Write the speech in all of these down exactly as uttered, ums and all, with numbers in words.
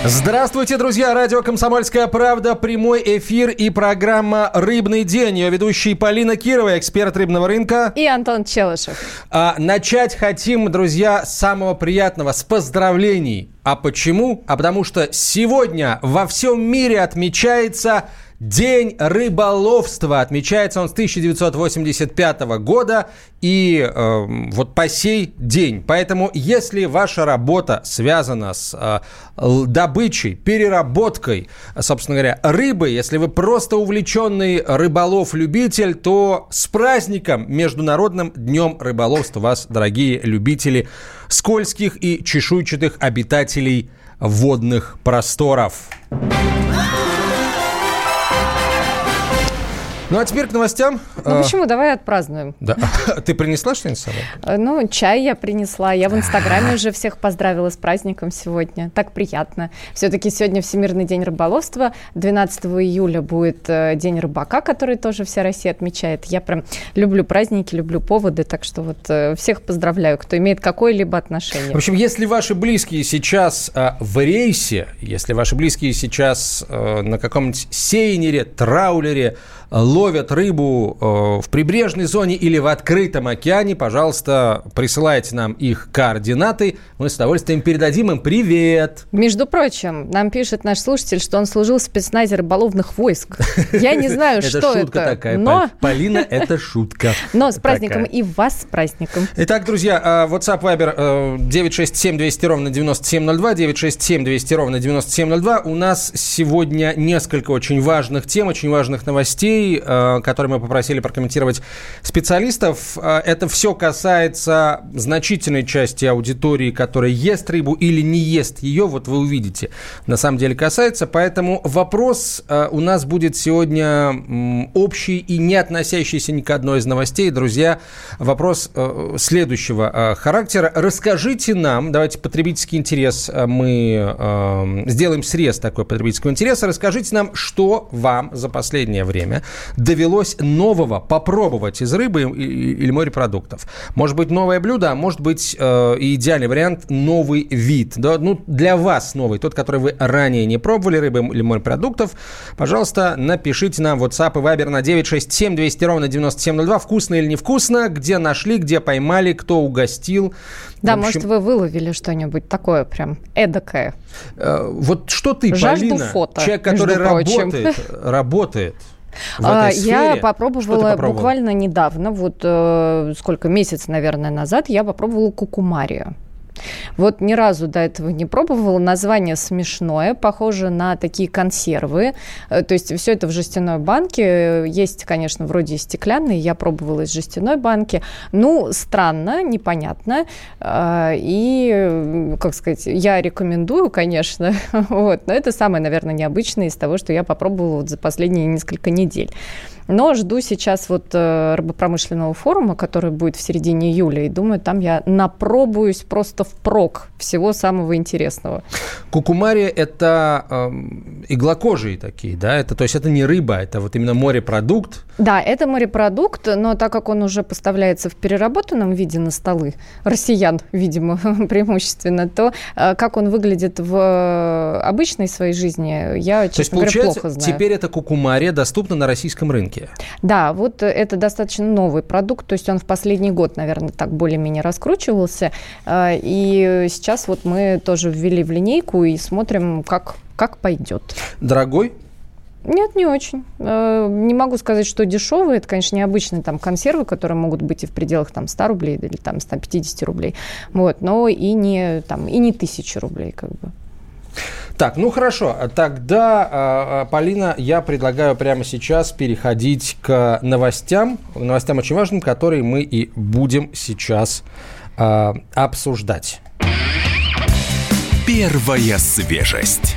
Здравствуйте, друзья! Радио «Комсомольская правда», прямой эфир и программа «Рыбный день». Ее ведущие Полина Кирова, эксперт рыбного рынка. И Антон Челышев. А, начать хотим, друзья, с самого приятного, с поздравлений. А почему? А потому что сегодня во всем мире отмечается День рыболовства. Отмечается он с тысяча девятьсот восемьдесят пятого года и э, вот по сей день. Поэтому, если ваша работа связана с э, добычей, переработкой, собственно говоря, рыбы, если вы просто увлеченный рыболов-любитель, то с праздником Международным днем рыболовства вас, дорогие любители скользких и чешуйчатых обитателей водных просторов. Ну, а теперь к новостям. Ну, почему? Давай отпразднуем. Да. Ты принесла что-нибудь с собой? Ну, чай я принесла. Я в Инстаграме уже всех поздравила с праздником сегодня. Так приятно. Все-таки сегодня Всемирный день рыболовства. двенадцатого июля будет День рыбака, который тоже вся Россия отмечает. Я прям люблю праздники, люблю поводы. Так что вот всех поздравляю, кто имеет какое-либо отношение. В общем, если ваши близкие сейчас э, в рейсе, если ваши близкие сейчас э, на каком-нибудь сейнере, траулере, ловят рыбу э, в прибрежной зоне или в открытом океане, пожалуйста, присылайте нам их координаты. Мы с удовольствием передадим им привет. Между прочим, нам пишет наш слушатель, что он служил в спецназе рыболовных войск. Я не знаю, что это. Это шутка такая, но... Полина, это шутка. Но с праздником и вас с праздником. Итак, друзья, WhatsApp, Viber девять шесть семь двести ровно девяносто семь ноль два, девять шесть семь двести ровно девяносто семь ноль два. У нас сегодня несколько очень важных тем, очень важных новостей, которые мы попросили прокомментировать специалистов. Это все касается значительной части аудитории, которая ест рыбу или не ест ее. Вот вы увидите, на самом деле касается. Поэтому вопрос у нас будет сегодня общий и не относящийся ни к одной из новостей. Друзья, вопрос следующего характера. Расскажите нам, давайте потребительский интерес, мы сделаем срез такой потребительского интереса. Расскажите нам, что вам за последнее время довелось нового попробовать из рыбы или морепродуктов. Может быть, новое блюдо, а может быть, э, идеальный вариант – новый вид. Да? Ну, для вас новый, тот, который вы ранее не пробовали, рыбы или морепродуктов. Пожалуйста, напишите нам в WhatsApp и Viber на девять шесть семь двести ровно девяносто семь ноль два. Вкусно или невкусно, где нашли, где поймали, кто угостил. Да, в общем, может, вы выловили что-нибудь такое прям эдакое. Э, вот что ты, Жажду Полина, фото, человек, который работает, работает. А, я попробовала буквально недавно, вот э, сколько, месяц, наверное, назад, я попробовала кукумарию. Вот ни разу до этого не пробовала. Название смешное, похоже на такие консервы. То есть все это в жестяной банке. Есть, конечно, вроде и стеклянные. Я пробовала из жестяной банки. Ну, странно, непонятно. И, как сказать, я рекомендую, конечно. Вот. Но это самое, наверное, необычное из того, что я попробовала вот за последние несколько недель. Но жду сейчас вот рыбопромышленного форума, который будет в середине июля, и думаю, там я напробуюсь просто впрок всего самого интересного. Кукумария – это э, иглокожие такие, да? Это, то есть это не рыба, это вот именно морепродукт? Да, это морепродукт, но так как он уже поставляется в переработанном виде на столы россиян, видимо, преимущественно, то э, как он выглядит в обычной своей жизни, я, честно говоря, плохо знаю. Теперь эта кукумария доступна на российском рынке? Да, вот это достаточно новый продукт, то есть он в последний год, наверное, так более-менее раскручивался, и сейчас вот мы тоже ввели в линейку и смотрим, как, как пойдет. Дорогой? Нет, не очень. Не могу сказать, что дешевый. Это, конечно, необычные там консервы, которые могут быть и в пределах там ста рублей или там ста пятидесяти рублей, вот, но и не, там, и не тысячи рублей, как бы. Так, ну хорошо, тогда, Полина, я предлагаю прямо сейчас переходить к новостям, новостям очень важным, которые мы и будем сейчас э, обсуждать. Первая свежесть.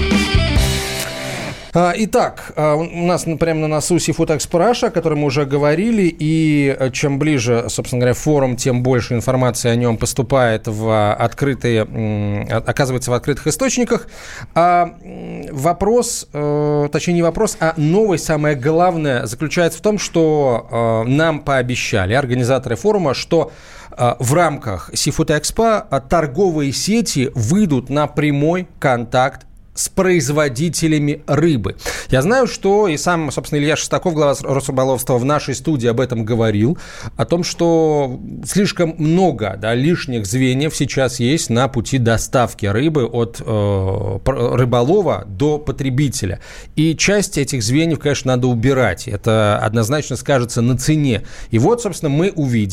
Итак, у нас прямо на носу Seafood Expo Russia, о котором мы уже говорили, и чем ближе, собственно говоря, форум, тем больше информации о нем поступает в открытые, оказывается в открытых источниках. Вопрос, точнее не вопрос, а новость, самое главное, заключается в том, что нам пообещали организаторы форума, что в рамках Seafood Expo торговые сети выйдут на прямой контакт с производителями рыбы. Я знаю, что и сам, собственно, Илья Шестаков, глава Росрыболовства, в нашей студии об этом говорил, о том, что слишком много, да, лишних звеньев сейчас есть на пути доставки рыбы от э, рыболова до потребителя. И часть этих звеньев, конечно, надо убирать. Это однозначно скажется на цене. И вот, собственно, мы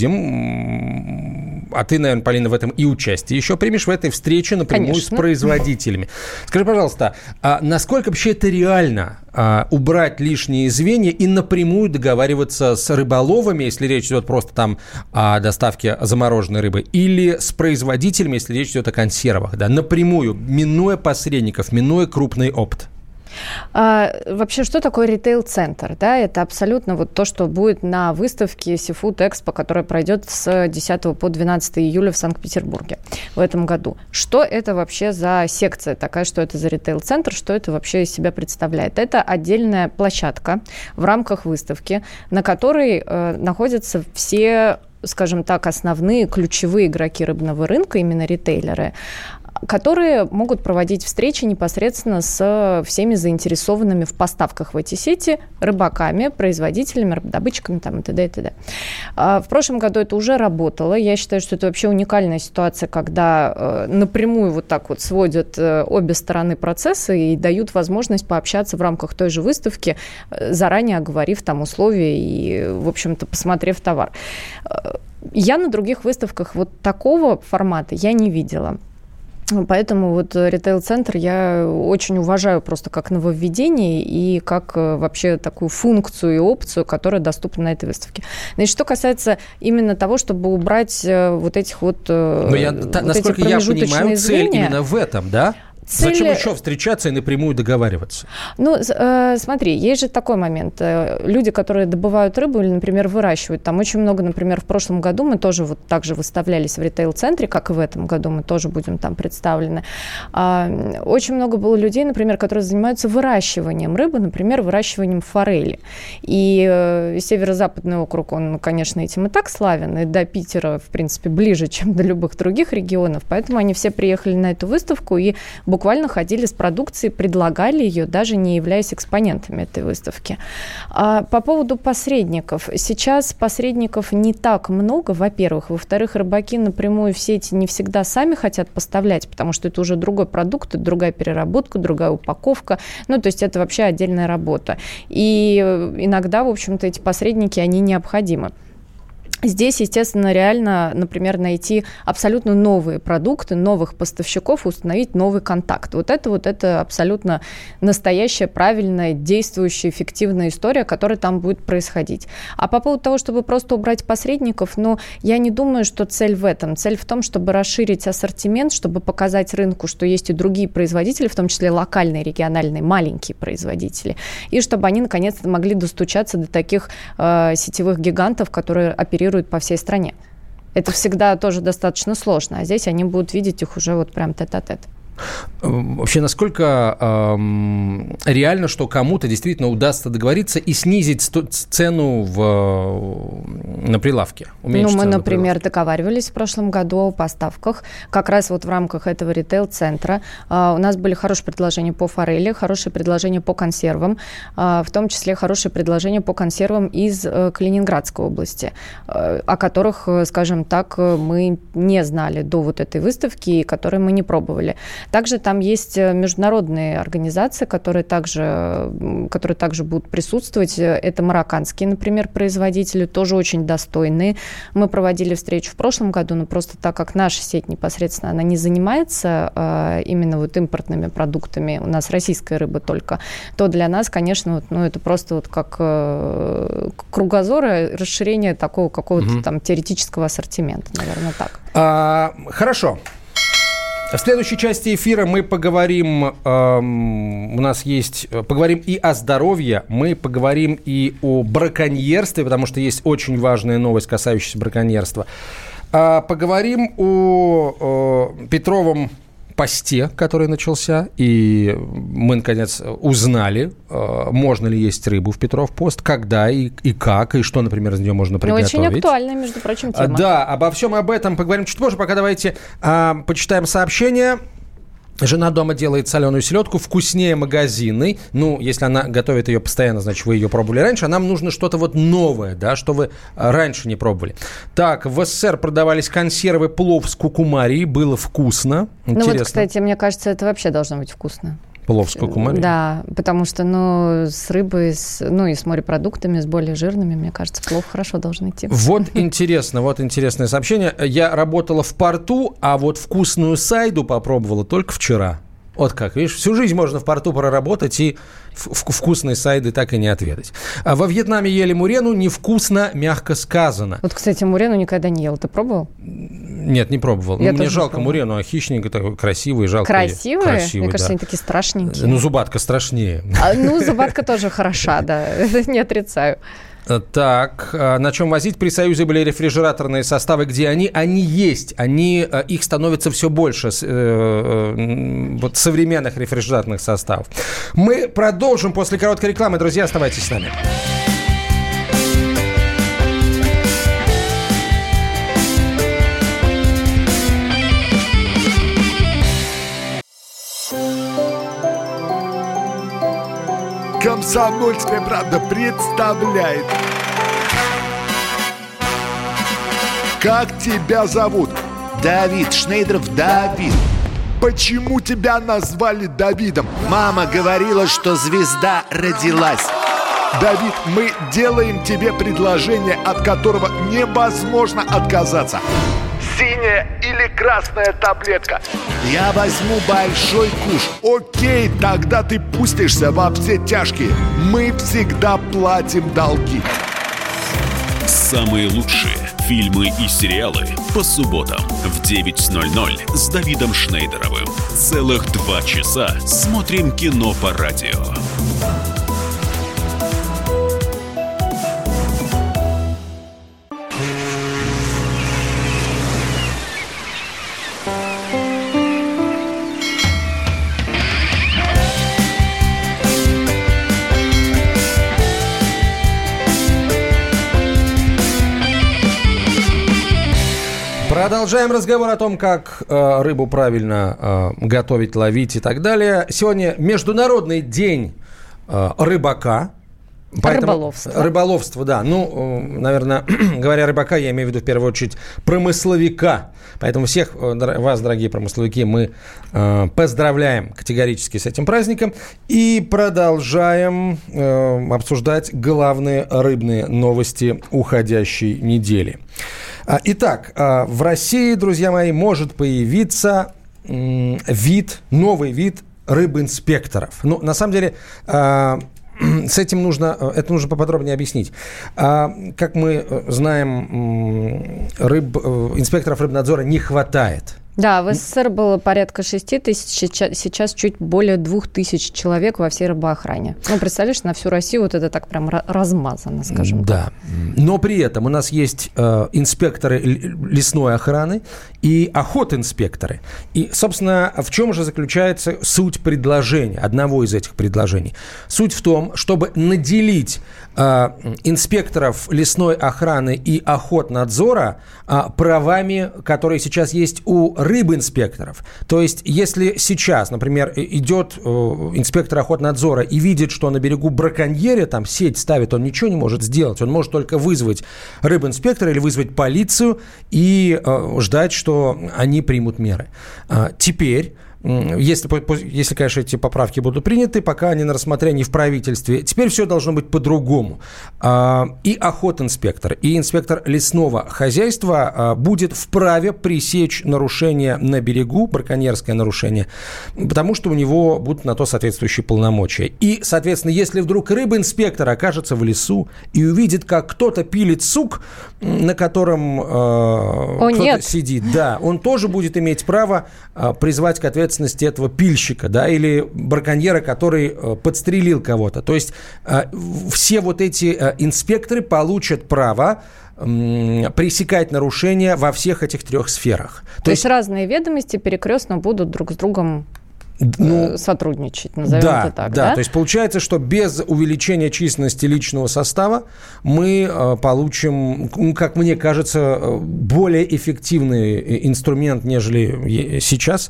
увидим, а ты, наверное, Полина, в этом и участие еще примешь в этой встрече напрямую Конечно. С производителями. Скажи, пожалуйста, а насколько вообще это реально а, убрать лишние звенья и напрямую договариваться с рыболовами, если речь идет просто там о доставке замороженной рыбы, или с производителями, если речь идет о консервах, да, напрямую, минуя посредников, минуя крупный опыт? А, вообще, что такое ритейл-центр? Да, это абсолютно вот то, что будет на выставке Seafood Expo, которая пройдет с десятого по двенадцатое июля в Санкт-Петербурге в этом году. Что это вообще за секция такая, что это за ритейл-центр, что это вообще из себя представляет? Это отдельная площадка в рамках выставки, на которой э, находятся все, скажем так, основные ключевые игроки рыбного рынка, именно ритейлеры, которые могут проводить встречи непосредственно с всеми заинтересованными в поставках в эти сети рыбаками, производителями, рыбодобытчиками там, и т.д. и т.д. В прошлом году это уже работало. Я считаю, что это вообще уникальная ситуация, когда напрямую вот так вот сводят обе стороны процесса и дают возможность пообщаться в рамках той же выставки, заранее оговорив там условия и, в общем-то, посмотрев товар. Я на других выставках вот такого формата я не видела. Поэтому вот ритейл-центр я очень уважаю просто как нововведение и как вообще такую функцию и опцию, которая доступна на этой выставке. Значит, что касается именно того, чтобы убрать вот этих вот, Но я, вот насколько эти промежуточные я понимаю, цель звенья, именно в этом, да? Цель... Зачем еще встречаться и напрямую договариваться? Ну, э, смотри, есть же такой момент. Люди, которые добывают рыбу или, например, выращивают, там очень много, например, в прошлом году мы тоже вот так же выставлялись в ритейл-центре, как и в этом году мы тоже будем там представлены. Э, очень много было людей, например, которые занимаются выращиванием рыбы, например, выращиванием форели. И э, северо-западный округ, он, конечно, этим и так славен, и до Питера, в принципе, ближе, чем до любых других регионов, поэтому они все приехали на эту выставку и буквально ходили с продукцией, предлагали ее, даже не являясь экспонентами этой выставки. А по поводу посредников. Сейчас посредников не так много, во-первых. Во-вторых, рыбаки напрямую в сети не всегда сами хотят поставлять, потому что это уже другой продукт, другая переработка, другая упаковка. Ну, то есть это вообще отдельная работа. И иногда, в общем-то, эти посредники, они необходимы. Здесь, естественно, реально, например, найти абсолютно новые продукты, новых поставщиков, установить новый контакт. Вот это вот это абсолютно настоящая, правильная, действующая, эффективная история, которая там будет происходить. А по поводу того, чтобы просто убрать посредников, ну, я не думаю, что цель в этом. Цель в том, чтобы расширить ассортимент, чтобы показать рынку, что есть и другие производители, в том числе локальные, региональные, маленькие производители, и чтобы они, наконец-то, могли достучаться до таких э, сетевых гигантов, которые оперируют по всей стране. Это всегда тоже достаточно сложно, а здесь они будут видеть их уже вот прям тет-а-тет. Вообще, насколько эм, реально, что кому-то действительно удастся договориться и снизить сто- цену в, на прилавке? Ну, мы, например, договаривались в прошлом году о поставках. Как раз вот в рамках этого ритейл-центра э, у нас были хорошие предложения по форели, хорошие предложения по консервам, э, в том числе хорошие предложения по консервам из э, Калининградской области, э, о которых, э, скажем так, мы не знали до вот этой выставки и которые мы не пробовали. Также там есть международные организации, которые также, которые также будут присутствовать. Это марокканские, например, производители, тоже очень достойные. Мы проводили встречу в прошлом году, но просто так как наша сеть непосредственно, она не занимается э, именно вот импортными продуктами, у нас российская рыба только, то для нас, конечно, вот, ну, это просто вот как э, кругозор, расширение такого какого-то угу. там теоретического ассортимента, наверное, так. А, хорошо. В следующей части эфира мы поговорим, эм, у нас есть, поговорим и о здоровье, мы поговорим и о браконьерстве, потому что есть очень важная новость, касающаяся браконьерства. Э, поговорим о, о Петровом посте, который начался, и мы, наконец, узнали, можно ли есть рыбу в Петров пост, когда и, и как, и что, например, из нее можно приготовить. Очень актуальная, между прочим, тема. Да, обо всем об этом поговорим чуть позже, пока давайте а, почитаем сообщения. Жена дома делает соленую селедку вкуснее магазинной. Ну, если она готовит ее постоянно, значит, вы ее пробовали раньше. А нам нужно что-то вот новое, да, что вы раньше не пробовали. Так, в СССР продавались консервы, плов с кукумарией. Было вкусно. Интересно. Ну вот, кстати, мне кажется, это вообще должно быть вкусно. Плов с кукумарией? Да, потому что, ну, с рыбой, с, ну, и с морепродуктами, с более жирными, мне кажется, плов хорошо должен идти. Вот интересно, вот интересное сообщение. Я работала в порту, а вот вкусную сайду попробовала только вчера. Вот как, видишь, всю жизнь можно в порту проработать и вкусные сайды так и не отведать. А во Вьетнаме ели мурену, невкусно, мягко сказано. Вот, кстати, мурену никогда не ел. Ты пробовал? Нет, не пробовал. Ну, мне жалко мурену, а хищник такой красивый, жалко. Красивый? Красивый, мне кажется, да. Они такие страшненькие. Ну, зубатка страшнее. А, ну, зубатка тоже хороша, да, не отрицаю. Так, на чем возить? При Союзе были рефрижераторные составы. Где они? Они есть. Они, их становится все больше, вот, современных рефрижераторных составов. Мы продолжим после короткой рекламы. Друзья, оставайтесь с нами. «Комсомольская правда» представляет. Как тебя зовут? Давид Шнейдров Давид. Почему тебя назвали Давидом? Мама говорила, что звезда родилась. Давид, мы делаем тебе предложение, от которого невозможно отказаться. Синяя или красная таблетка? Я возьму большой куш. Окей, тогда ты пустишься во все тяжкие. Мы всегда платим долги. Самые лучшие фильмы и сериалы по субботам в девять ноль ноль с Давидом Шнейдеровым. Целых два часа смотрим кино по радио. Продолжаем разговор о том, как э, рыбу правильно э, готовить, ловить и так далее. Сегодня Международный день э, рыбака. Поэтому, рыболовство. Рыболовство, да. Ну, наверное, говоря рыбака, я имею в виду в первую очередь промысловика. Поэтому всех вас, дорогие промысловики, мы э, поздравляем категорически с этим праздником. И продолжаем э, обсуждать главные рыбные новости уходящей недели. Итак, в России, друзья мои, может появиться э, вид, новый вид рыбинспекторов. Ну, на самом деле... Э, С этим нужно, это нужно поподробнее объяснить. Как мы знаем, рыб, инспекторов рыбнадзора не хватает. Да, в СССР было порядка шести тысяч, сейчас чуть более двух тысяч человек во всей рыбоохране. Ну, представляешь, на всю Россию вот это так прям размазано, скажем да. так. Но при этом у нас есть э, инспекторы лесной охраны и охотинспекторы. И, собственно, в чем же заключается суть предложения, одного из этих предложений? Суть в том, чтобы наделить э, инспекторов лесной охраны и охотнадзора э, правами, которые сейчас есть у рыбинспекторов. То есть, если сейчас, например, идет э, инспектор охотнадзора и видит, что на берегу браконьеры, там сеть ставит, он ничего не может сделать. Он может только вызвать рыбинспектора или вызвать полицию и э, ждать, что они примут меры. А, теперь... Если, если, конечно, эти поправки будут приняты, пока они на рассмотрении в правительстве, теперь все должно быть по-другому. И охотинспектор, и инспектор лесного хозяйства будет вправе пресечь нарушение на берегу, браконьерское нарушение, потому что у него будут на то соответствующие полномочия. И, соответственно, если вдруг рыбинспектор окажется в лесу и увидит, как кто-то пилит сук, на котором э, кто-то нет. сидит, да, он тоже будет иметь право э, призвать к ответственности этого пильщика, да, или браконьера, который э, подстрелил кого-то. То есть э, все вот эти э, инспекторы получат право э, пресекать нарушения во всех этих трех сферах. То, То есть, есть разные ведомости перекрестно будут друг с другом ну, сотрудничать, назовем да, это так, да? да? То есть получается, что без увеличения численности личного состава мы э, получим, как мне кажется, более эффективный инструмент, нежели сейчас.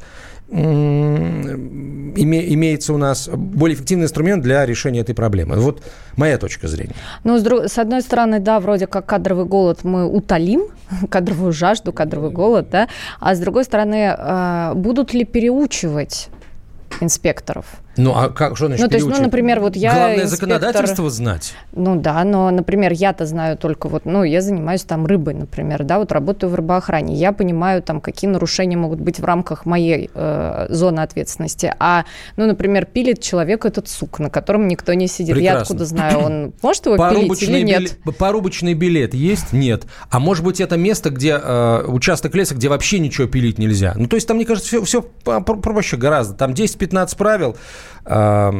имеется у нас более эффективный инструмент для решения этой проблемы. Вот моя точка зрения. Ну, с, друг... с одной стороны, да, вроде как кадровый голод мы утолим, кадровую жажду, кадровый голод, да, а с другой стороны, будут ли переучивать инспекторов? Ну, а как, что значит ну, то есть, ну, например, вот я Главное инспектор... законодательство знать. Ну, да, но, например, я-то знаю только вот, ну, я занимаюсь там рыбой, например, да, вот работаю в рыбоохране, я понимаю там, какие нарушения могут быть в рамках моей э, зоны ответственности, а, ну, например, пилит человек этот сук, на котором никто не сидит. Прекрасно. Я откуда знаю, он может его порубочный пилить или нет? Билет, порубочный билет есть? Нет. А может быть, это место, где э, участок леса, где вообще ничего пилить нельзя? Ну, то есть там, мне кажется, все, все проще гораздо. Там десять-пятнадцать правил, э,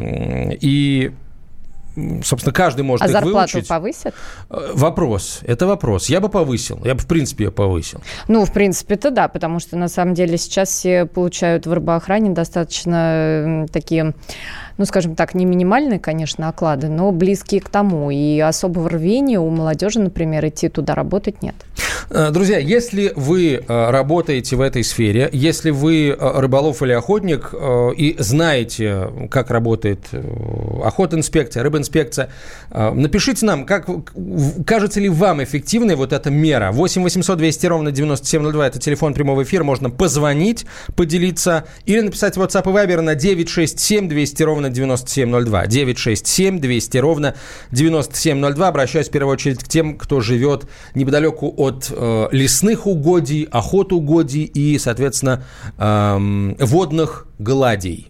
и, собственно, каждый может а их выучить. А зарплату повысят? Вопрос. Это вопрос. Я бы повысил. Я бы, в принципе, ее повысил. Ну, в принципе-то да, потому что, на самом деле, сейчас все получают в рыбоохране достаточно такие, ну, скажем так, не минимальные, конечно, оклады, но близкие к тому. И особого рвения у молодежи, например, идти туда работать нет. Друзья, если вы работаете в этой сфере, если вы рыболов или охотник и знаете, как работает охотинспекция, рыбинспекция, напишите нам, как, кажется ли вам эффективной вот эта мера. восемь восемьсот двести ровно девяносто семь ноль два – это телефон прямого эфира, можно позвонить, поделиться или написать в WhatsApp и Viber на девять шесть семь двести ровно девяносто семь ноль два. девять шесть семь двести ровно девяносто семь ноль два. Обращаюсь в первую очередь к тем, кто живет неподалеку от э, лесных угодий, охотугодий и, соответственно, э, водных гладей.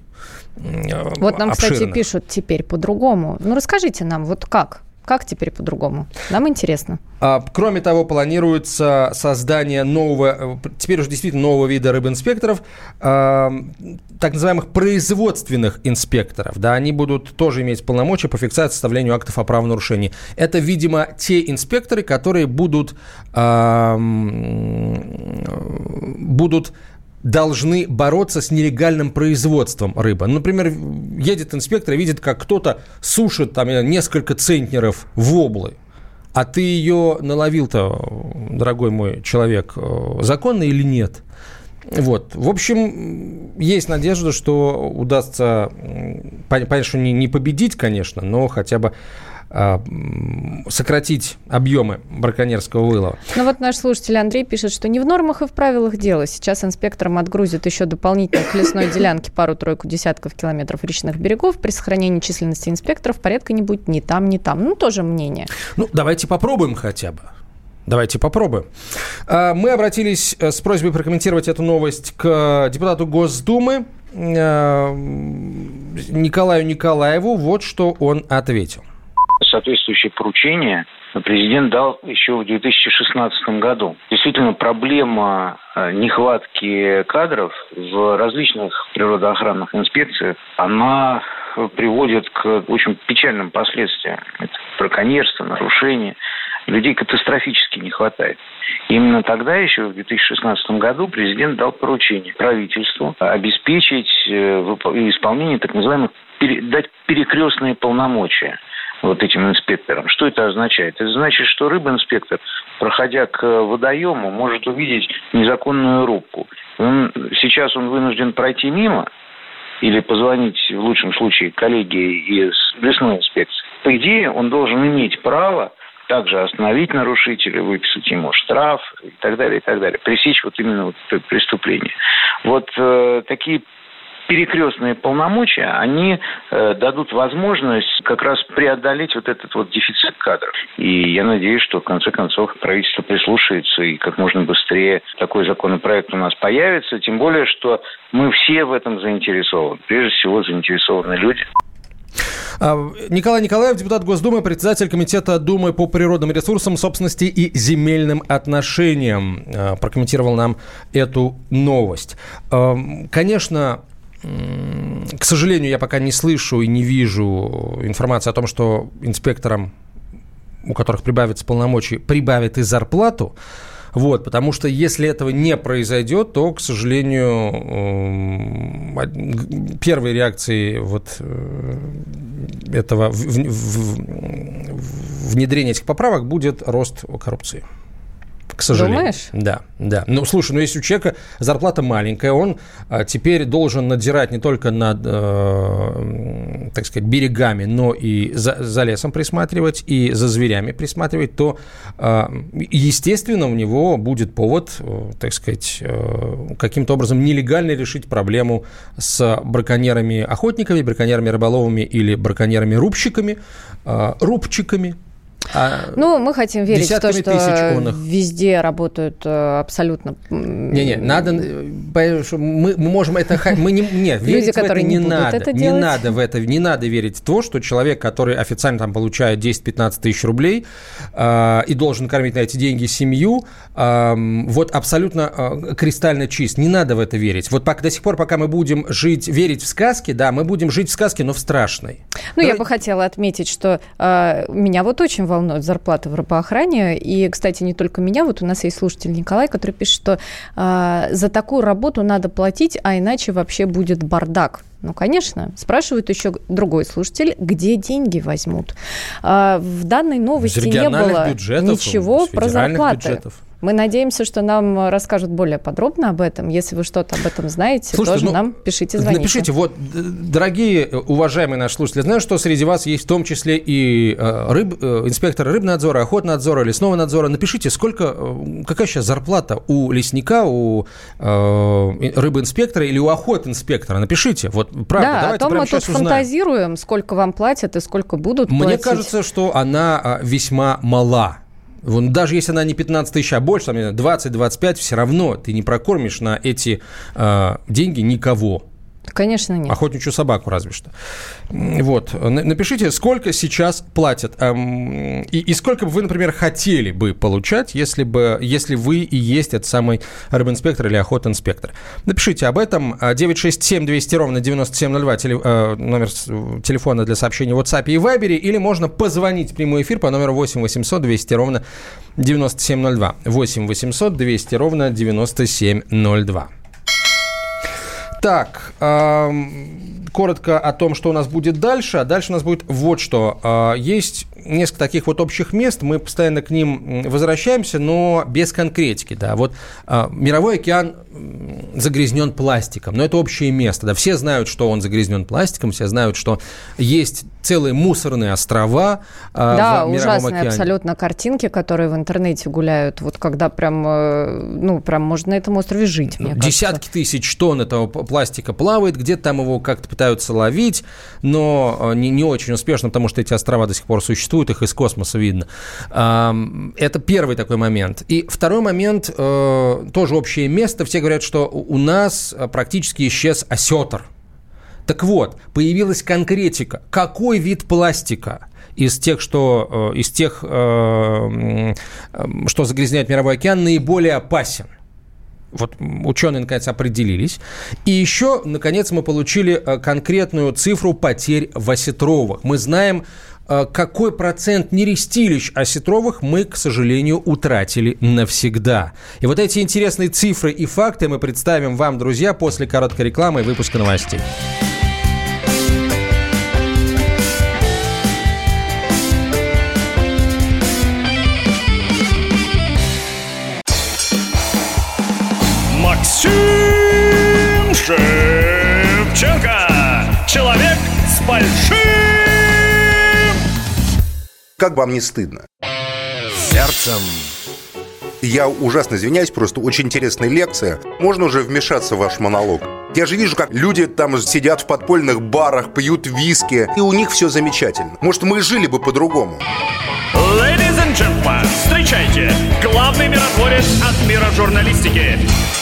Вот нам, обширных. Кстати, пишут теперь по-другому. Ну, расскажите нам, вот как? Как теперь по-другому? Нам интересно. Кроме того, планируется создание нового, теперь уже действительно нового вида рыбинспекторов, так называемых производственных инспекторов. Да, они будут тоже иметь полномочия по фиксации составлению актов о правонарушении. Это, видимо, те инспекторы, которые будут, будут должны бороться с нелегальным производством рыбы. Например, едет инспектор и видит, как кто-то сушит там несколько центнеров воблы, а ты ее наловил-то, дорогой мой человек, законно или нет? Вот. В общем, есть надежда, что удастся, понятно, что не победить, конечно, но хотя бы сократить объемы браконьерского вылова. Ну вот наш слушатель Андрей пишет, что не в нормах и в правилах дело. Сейчас инспекторам отгрузят еще дополнительно к лесной делянке пару-тройку десятков километров речных берегов. При сохранении численности инспекторов порядка не будет ни там, ни там. Ну, тоже мнение. Ну, давайте попробуем хотя бы. Давайте попробуем. Мы обратились с просьбой прокомментировать эту новость к депутату Госдумы Николаю Николаеву. Вот что он ответил. Соответствующее поручение президент дал еще в две тысячи шестнадцатом году. Действительно, проблема нехватки кадров в различных природоохранных инспекциях, она приводит к очень печальным последствиям. Это браконьерство, нарушения. Людей катастрофически не хватает. Именно тогда, еще в две тысячи шестнадцатом году, президент дал поручение правительству обеспечить исполнение так называемых, дать перекрестные полномочия вот этим инспекторам. Что это означает? Это значит, что рыбинспектор, проходя к водоему, может увидеть незаконную рубку. Он, сейчас он вынужден пройти мимо или позвонить, в лучшем случае, коллеге из лесной инспекции. По идее, он должен иметь право также остановить нарушителя, выписать ему штраф и так далее, и так далее. Пресечь вот именно вот это преступление. Вот э, такие перекрестные полномочия, они э, дадут возможность как раз преодолеть вот этот вот дефицит кадров. И я надеюсь, что в конце концов правительство прислушается и как можно быстрее такой законопроект у нас появится. Тем более, что мы все в этом заинтересованы. Прежде всего, заинтересованы люди. Николай Николаев, депутат Госдумы, председатель комитета Думы по природным ресурсам, собственности и земельным отношениям, прокомментировал нам эту новость. Конечно, к сожалению, я пока не слышу и не вижу информации о том, что инспекторам, у которых прибавится полномочий, прибавят и зарплату. Вот, потому что если этого не произойдет, то, к сожалению, первой реакцией вот этого внедрения этих поправок будет рост коррупции. к сожалению. Думаешь? Да, да. Ну, слушай, ну если у человека зарплата маленькая, он а, теперь должен надзирать не только над, э, так сказать, берегами, но и за, за лесом присматривать, и за зверями присматривать, то, э, естественно, у него будет повод, э, так сказать, э, каким-то образом нелегально решить проблему с браконьерами-охотниками, браконьерами-рыболовами или браконьерами-рубщиками, э, рубчиками. А ну, мы хотим верить в то, что везде работают абсолютно... Не-не, надо... Мы, мы можем это... Мы не, нет, верить люди, в это не, не надо. Это не надо в это. Не надо верить в то, что человек, который официально там получает десять-пятнадцать тысяч рублей э, и должен кормить на эти деньги семью, э, вот абсолютно э, кристально чист. Не надо в это верить. Вот пока, до сих пор, пока мы будем жить, верить в сказки, да, мы будем жить в сказке, но в страшной. Ну, но... я бы хотела отметить, что э, меня вот очень волнует зарплата в рыбоохране. И, кстати, не только меня. Вот у нас есть слушатель Николай, который пишет, что э, за такую работу надо платить, а иначе вообще будет бардак. Ну, конечно. Спрашивает еще другой слушатель, где деньги возьмут. Э, в данной новости не было ничего про зарплаты. Бюджетов. Мы надеемся, что нам расскажут более подробно об этом. Если вы что-то об этом знаете, Слушайте, тоже ну, нам пишите, звоните. Напишите. Вот, дорогие, уважаемые наши слушатели, знаю, что среди вас есть в том числе и рыб, инспекторы рыбнадзора, охотнадзора, лесного надзора. Напишите, сколько, какая сейчас зарплата у лесника, у э, рыбоинспектора или у охотинспектора. Напишите. Вот, правда, да, давайте о том прямо мы сейчас тут узнаем. Фантазируем, сколько вам платят и сколько будут Мне платить. Мне кажется, что она весьма мала. Даже если она не пятнадцать тысяч, а больше, там, двадцать-двадцать пять, все равно ты не прокормишь на эти э, деньги никого. Конечно, нет. Охотничью собаку разве что. Вот. Напишите, сколько сейчас платят. Эм, и, и сколько бы вы, например, хотели бы получать, если, бы, если вы и есть этот самый рыбинспектор или охотинспектор. Напишите об этом. девять шесть семь двести ровно девяносто семь ноль два, теле, э, номер телефона для сообщений в WhatsApp и Viber, или можно позвонить в прямой эфир по номеру восемь восемьсот двести ровно девяносто семь ноль два. восемь восемьсот двести ровно девяносто семь ноль два. Так, э, коротко о том, что у нас будет дальше. А дальше у нас будет вот что. Э, есть несколько таких вот общих мест, мы постоянно к ним возвращаемся, но без конкретики. Да. Вот э, мировой океан загрязнен пластиком, но это общее место. Да. Все знают, что он загрязнен пластиком, все знают, что есть целые мусорные острова э, да, в Мировом ужасные океане. Абсолютно картинки, которые в интернете гуляют, вот когда прям, э, ну, прям можно на этом острове жить, мне кажется. Десятки тысяч тонн этого пластика плавает, где-то там его как-то пытаются ловить, но не, не очень успешно, потому что эти острова до сих пор существуют, их из космоса видно. Это первый такой момент. И второй момент, тоже общее место. Все говорят, что у нас практически исчез осетр. Так вот, появилась конкретика. Какой вид пластика из тех, что, из тех, что загрязняет Мировой океан, наиболее опасен? Вот ученые, наконец, определились. И еще, наконец, мы получили конкретную цифру потерь в осетровых. Мы знаем, какой процент нерестилищ осетровых мы, к сожалению, утратили навсегда. И вот эти интересные цифры и факты мы представим вам, друзья, после короткой рекламы и выпуска новостей. Максим Шевченко. Человек с большим... Как вам не стыдно? Сердцем. Я ужасно извиняюсь, просто очень интересная лекция. Можно уже вмешаться в ваш монолог? Я же вижу, как люди там сидят в подпольных барах, пьют виски, и у них все замечательно. Может, мы жили бы по-другому? Ladies and gentlemen, встречайте, главный миротворец от мира журналистики,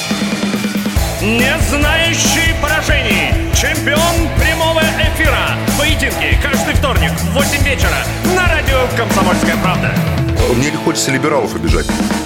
не знающий поражений, чемпион прямого эфира. Поединки каждый вторник в восемь вечера на радио «Комсомольская правда». Мне не хочется либералов обижать.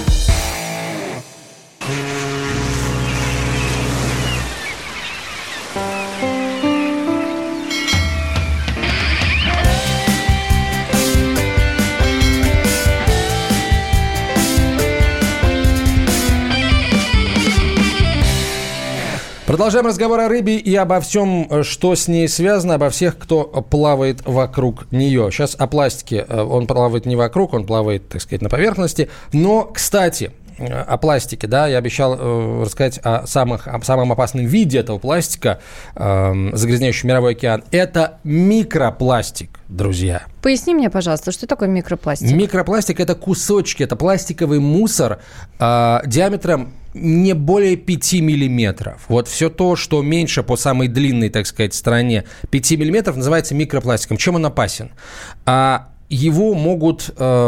Продолжаем разговор о рыбе и обо всем, что с ней связано, обо всех, кто плавает вокруг нее. Сейчас о пластике. Он плавает не вокруг, он плавает, так сказать, на поверхности. Но, кстати, о пластике, да, я обещал э, рассказать о, самых, о самом опасном виде этого пластика, э, загрязняющий мировой океан. Это микропластик, друзья. Поясни мне, пожалуйста, что такое микропластик? Микропластик – это кусочки, это пластиковый мусор э, диаметром не более пяти миллиметров. Вот все то, что меньше по самой длинной, так сказать, стороне пяти миллиметров, называется микропластиком. Чем он опасен? А его могут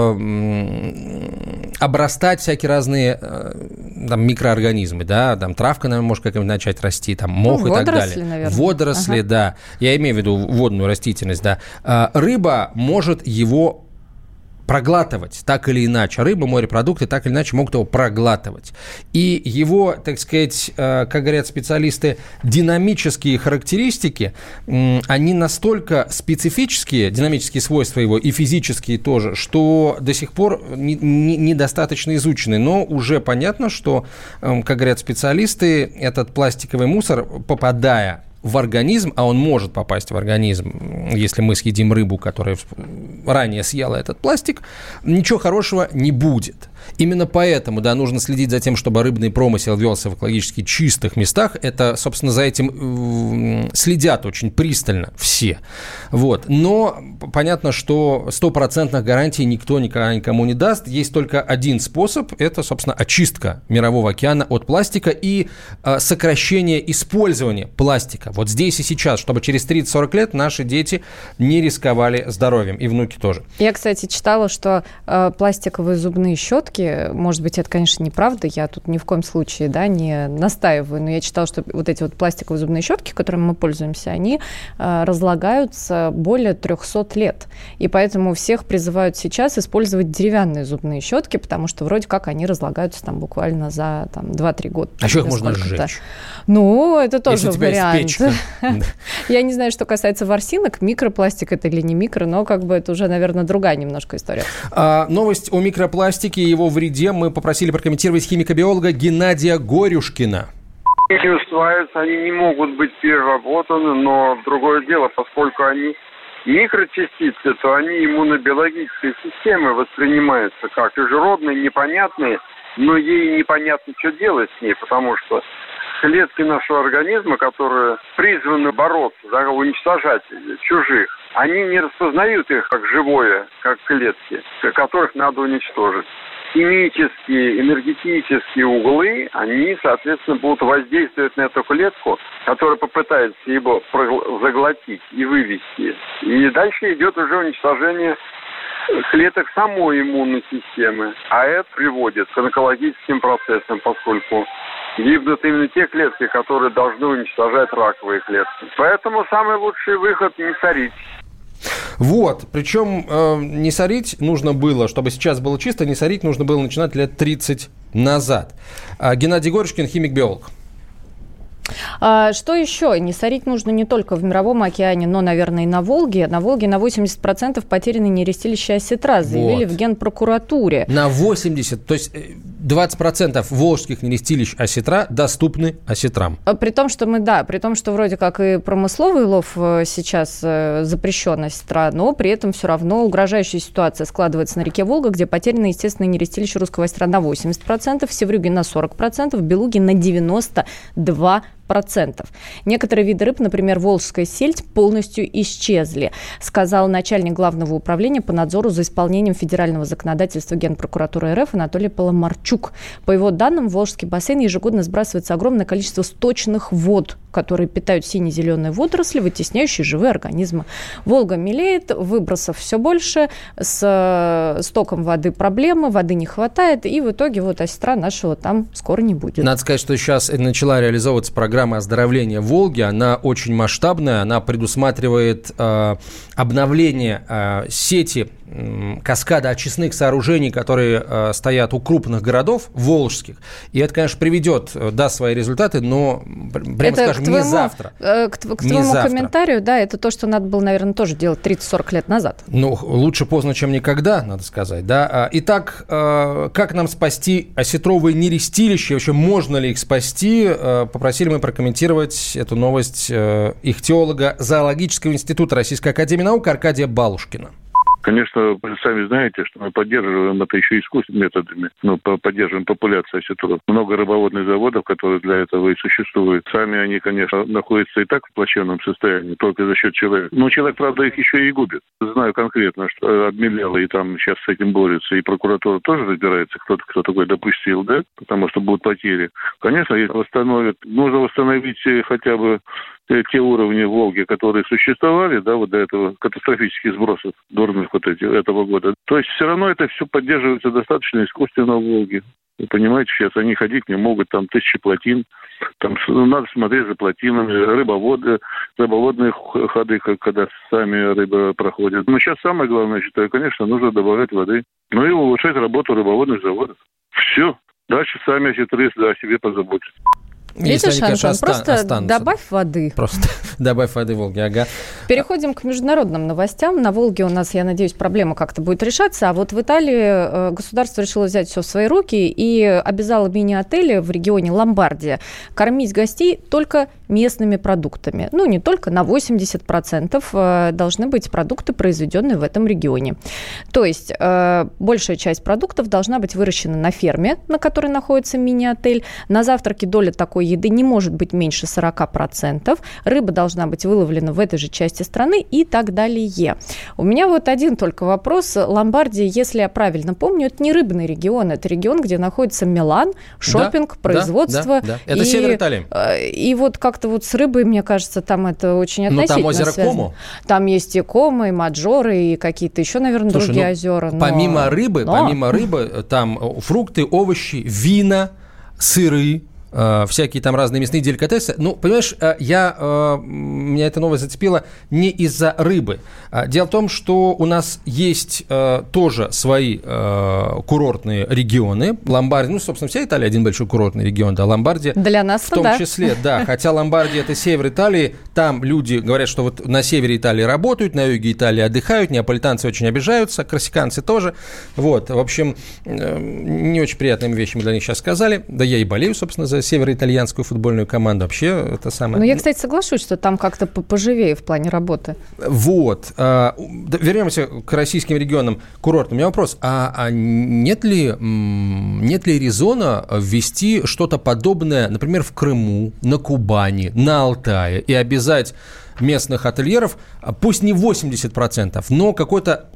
э, обрастать всякие разные э, там, микроорганизмы, да, там травка, наверное, может как-нибудь начать расти, там мох ну, и так далее. Наверное. Водоросли, ага. да. Я имею в виду водную растительность, да. А, рыба может его проглатывать, так или иначе. Рыба, морепродукты так или иначе могут его проглатывать. И его, так сказать, как говорят специалисты, динамические характеристики, они настолько специфические, динамические свойства его и физические тоже, что до сих пор недостаточно изучены. Но уже понятно, что, как говорят специалисты, этот пластиковый мусор, попадая в организм, а он может попасть в организм, если мы съедим рыбу, которая ранее съела этот пластик, ничего хорошего не будет. Именно поэтому, да, нужно следить за тем, чтобы рыбный промысел велся в экологически чистых местах. Это, собственно, за этим следят очень пристально все. Вот. Но понятно, что стопроцентных гарантий никто никогда никому не даст. Есть только один способ. Это, собственно, очистка мирового океана от пластика и э, сокращение использования пластика. Вот здесь и сейчас, чтобы через тридцать-сорок лет наши дети не рисковали здоровьем. И внуки тоже. Я, кстати, читала, что э, пластиковые зубные щетки, может быть, это, конечно, неправда, я тут ни в коем случае, да, не настаиваю, но я читала, что вот эти вот пластиковые зубные щетки, которыми мы пользуемся, они э, разлагаются более трехсот лет, и поэтому всех призывают сейчас использовать деревянные зубные щетки, потому что вроде как они разлагаются там буквально за там, два-три года. А еще их можно сжечь? Ну, это тоже вариант. Я не знаю, что касается ворсинок, микропластик это или не микро, но как бы это уже, наверное, другая немножко история. А, новость о микропластике и его вреде мы попросили прокомментировать химика-биолога Геннадия Горюшкина. Они усваиваются, они не могут быть переработаны, но другое дело, поскольку они микрочастицы, то они иммунобиологической системой воспринимаются как чужеродные, непонятные, но ей непонятно, что делать с ней, потому что клетки нашего организма, которые призваны бороться, да, уничтожать чужих, они не распознают их как живое, как клетки, которых надо уничтожить. Химические, энергетические углы, они, соответственно, будут воздействовать на эту клетку, которая попытается его заглотить и вывести. И дальше идет уже уничтожение клеток самой иммунной системы. А это приводит к онкологическим процессам, поскольку гибнут именно те клетки, которые должны уничтожать раковые клетки. Поэтому самый лучший выход – не сорить. Вот, причем э, не сорить нужно было, чтобы сейчас было чисто, не сорить нужно было начинать лет тридцать назад. А Геннадий Горюшкин, химик-биолог. А, что еще? Не сорить нужно не только в Мировом океане, но, наверное, и на Волге. На Волге на восемьдесят процентов потеряны нерестилища осетра, заявили вот. В Генпрокуратуре. На восемьдесят, то есть двадцать процентов волжских нерестилищ осетра доступны осетрам. При том, что мы, да, при том, что вроде как и промысловый лов сейчас запрещен осетра, но при этом все равно угрожающая ситуация складывается на реке Волга, где потеряны естественные нерестилища русского осетра на восемьдесят процентов, в Севрюге на сорок процентов, в Белуге на девяносто два процентов. Некоторые виды рыб, например, волжская сельдь, полностью исчезли, сказал начальник Главного управления по надзору за исполнением федерального законодательства Генпрокуратуры РФ Анатолий Поломарчук. По его данным, в Волжский бассейн ежегодно сбрасывается огромное количество сточных вод, которые питают сине-зеленые водоросли, вытесняющие живые организмы. Волга мелеет, выбросов все больше, с стоком воды проблемы, воды не хватает, и в итоге вот осетра нашего там скоро не будет. Надо сказать, что сейчас начала реализовываться программа Программа оздоровления Волги, она очень масштабная, она предусматривает э, обновление э, сети э, каскада очистных сооружений, которые э, стоят у крупных городов волжских. И это, конечно, приведет, даст свои результаты, но, прямо это скажем, твоему, не завтра. Э, к к не твоему завтра. Комментарию, да, это то, что надо было, наверное, тоже делать тридцать-сорок лет назад. Ну, лучше поздно, чем никогда, надо сказать, да. Итак, э, как нам спасти осетровые нерестилища, вообще можно ли их спасти, э, попросили мы прокомментировать эту новость э, ихтиолога Зоологического института Российской академии наук Аркадия Балушкина. Конечно, вы сами знаете, что мы поддерживаем это еще искусственными методами. Ну, поддерживаем популяцию осетров. Много рыбоводных заводов, которые для этого и существуют. Сами они, конечно, находятся и так в плачевном состоянии, только за счет человека. Но человек, правда, их еще и губит. Знаю конкретно, что обмелело, и там сейчас с этим борются, и прокуратура тоже разбирается, кто, кто такой допустил, да, потому что будут потери. Конечно, их восстановят. Нужно восстановить хотя бы те уровни Волги, которые существовали, да, вот до этого катастрофических сбросов дурных вот этих, этого года. То есть все равно это все поддерживается достаточно искусственно в Волге. Вы понимаете, сейчас они ходить не могут, там тысячи плотин, там надо смотреть за плотинами, рыбоводы, рыбоводные ходы, когда сами рыба проходит. Но сейчас самое главное, я считаю, конечно, нужно добавлять воды. Ну и улучшать работу рыбоводных заводов. Все. Дальше сами осетры о себе позаботятся. Видишь, Антон, конечно, просто останутся. Добавь воды. Просто добавь воды в Волге, ага. Переходим к международным новостям. На Волге у нас, я надеюсь, проблема как-то будет решаться. А вот в Италии государство решило взять все в свои руки и обязало мини-отели в регионе Ломбардия кормить гостей только местными продуктами. Ну, не только, на восемьдесят процентов должны быть продукты, произведенные в этом регионе. То есть большая часть продуктов должна быть выращена на ферме, на которой находится мини-отель. На завтраке доля такой еды не может быть меньше сорок процентов. Рыба должна быть выловлена в этой же части страны и так далее. У меня вот один только вопрос. Ломбардия, если я правильно помню, это не рыбный регион, это регион, где находится Милан, шопинг, да, производство. Да, да, да. Это и, север Италии. И вот как-то вот с рыбой, мне кажется, там это очень относительно Ну, там озеро связано. Комо. Там есть и Комо, и Маджоры, и какие-то еще, наверное, Слушай, другие ну, озера. Но... Помимо рыбы, но... помимо рыбы, там фрукты, овощи, вина, сыры, всякие там разные мясные деликатесы. Ну, понимаешь, я, меня эта новость зацепила не из-за рыбы. Дело в том, что у нас есть тоже свои курортные регионы. Ломбардия, ну, собственно, вся Италия один большой курортный регион, да, Ломбардия. Для нас в том да. числе, да. Хотя Ломбардия – это север Италии, там люди говорят, что вот на севере Италии работают, на юге Италии отдыхают, неаполитанцы очень обижаются, корсиканцы тоже. Вот, в общем, не очень приятными вещами для них сейчас сказали. Да я и болею, собственно, за североитальянскую футбольную команду. Вообще, это самое... Ну, я, кстати, соглашусь, что там как-то поживее в плане работы. Вот. Вернемся к российским регионам курортным. У меня вопрос. А, а нет ли, нет ли резона ввести что-то подобное, например, в Крыму, на Кубани, на Алтае, и обязать местных ательеров, пусть не восемьдесят процентов, но какой-то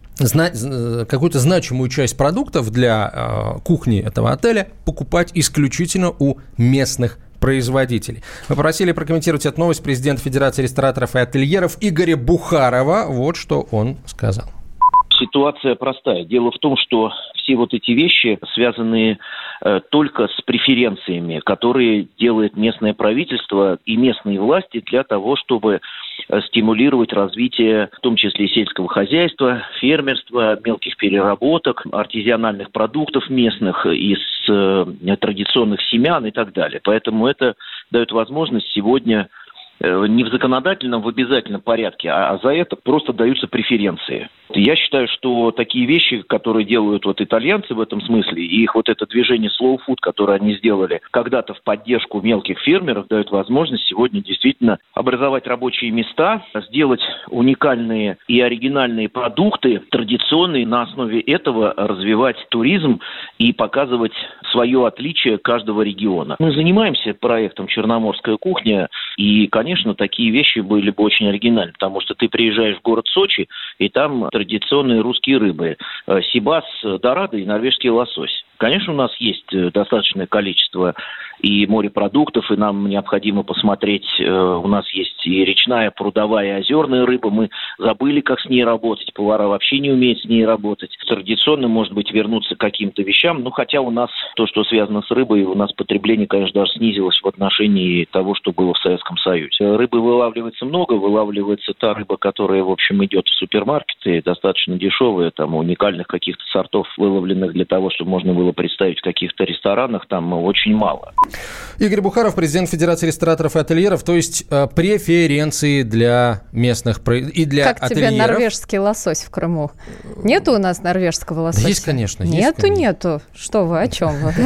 какую-то значимую часть продуктов для э, кухни этого отеля покупать исключительно у местных производителей. Мы просили прокомментировать эту новость президента Федерации рестораторов и ательеров Игоря Бухарова. Вот что он сказал. Ситуация простая. Дело в том, что все вот эти вещи связаны э, только с преференциями, которые делает местное правительство и местные власти для того, чтобы э, стимулировать развитие, в том числе сельского хозяйства, фермерства, мелких переработок, артизианальных продуктов местных из э, традиционных семян и так далее. Поэтому это дает возможность сегодня не в законодательном, в обязательном порядке, а за это просто даются преференции. Я считаю, что такие вещи, которые делают вот итальянцы в этом смысле, и их вот это движение slow food, которое они сделали когда-то в поддержку мелких фермеров, дают возможность сегодня действительно образовать рабочие места, сделать уникальные и оригинальные продукты, традиционные, на основе этого развивать туризм и показывать свое отличие каждого региона. Мы занимаемся проектом «Черноморская кухня», и, конечно, такие вещи были бы очень оригинальны, потому что ты приезжаешь в город Сочи, и там традиционные русские рыбы. Сибас, дорадо и норвежский лосось. Конечно, у нас есть достаточное количество и морепродуктов, и нам необходимо посмотреть, у нас есть и речная, прудовая, и озерная рыба. Мы забыли, как с ней работать. Повара вообще не умеют с ней работать. Традиционно, может быть, вернуться к каким-то вещам. Ну, хотя у нас то, что связано с рыбой, у нас потребление, конечно, даже снизилось в отношении того, что было в Советском Союзе. Рыбы вылавливается много. Вылавливается та рыба, которая, в общем, идет в супермаркеты, достаточно дешевая, там, уникальных каких-то сортов, выловленных для того, чтобы можно было представить в каких-то ресторанах, там очень мало. Игорь Бухаров, президент Федерации рестораторов и ательеров, то есть э, преференции для местных и для как ательеров. Как тебе норвежский лосось в Крыму? Нету у нас норвежского лосося? Да есть, конечно. Нету, есть, конечно. нету. Что вы, о чем вы?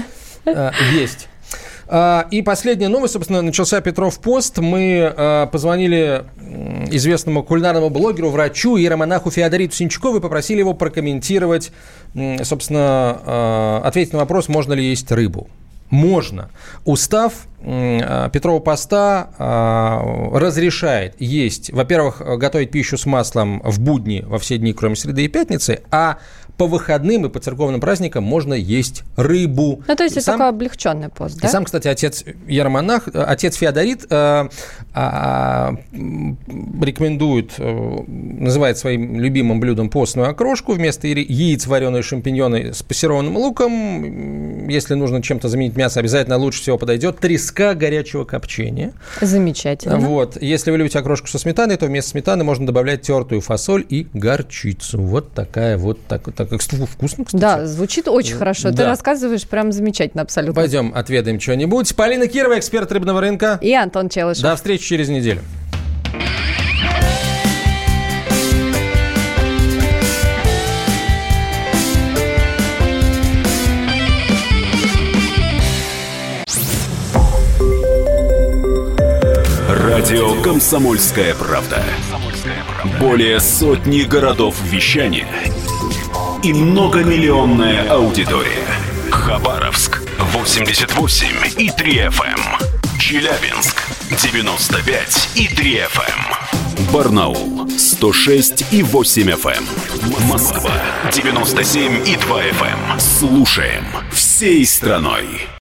Есть. И последняя новость, собственно, начался Петров пост. Мы позвонили известному кулинарному блогеру, врачу, иеромонаху Феодориту Синчукову и попросили его прокомментировать, собственно, ответить на вопрос, можно ли есть рыбу. Можно. Устав Петрова поста разрешает есть, во-первых, готовить пищу с маслом в будни во все дни, кроме среды и пятницы, а по выходным и по церковным праздникам можно есть рыбу. Ну, то есть и это сам, такой облегченный пост, да? И сам, кстати, отец иеромонах, отец Феодорит э, э, рекомендует, э, называет своим любимым блюдом постную окрошку вместо яиц, вареные шампиньоны с пассерованным луком. Если нужно чем-то заменить мясо, обязательно лучше всего подойдет треска горячего копчения. Замечательно. Вот. Если вы любите окрошку со сметаной, то вместо сметаны можно добавлять тертую фасоль и горчицу. Вот такая вот такая. Как вкусно, кстати. Да, звучит очень хорошо. Да. Ты рассказываешь прям замечательно, абсолютно. Пойдем отведаем что-нибудь. Полина Кирова, эксперт рыбного рынка. И Антон Челышев. До встречи через неделю. Радио «Комсомольская правда». Более сотни городов вещания и многомиллионная аудитория. Хабаровск восемьдесят восемь и три эф эм. Челябинск девяносто пять и три эф эм. Барнаул сто шесть и восемь эф эм. Москва девяносто семь и два эф эм. Слушаем всей страной.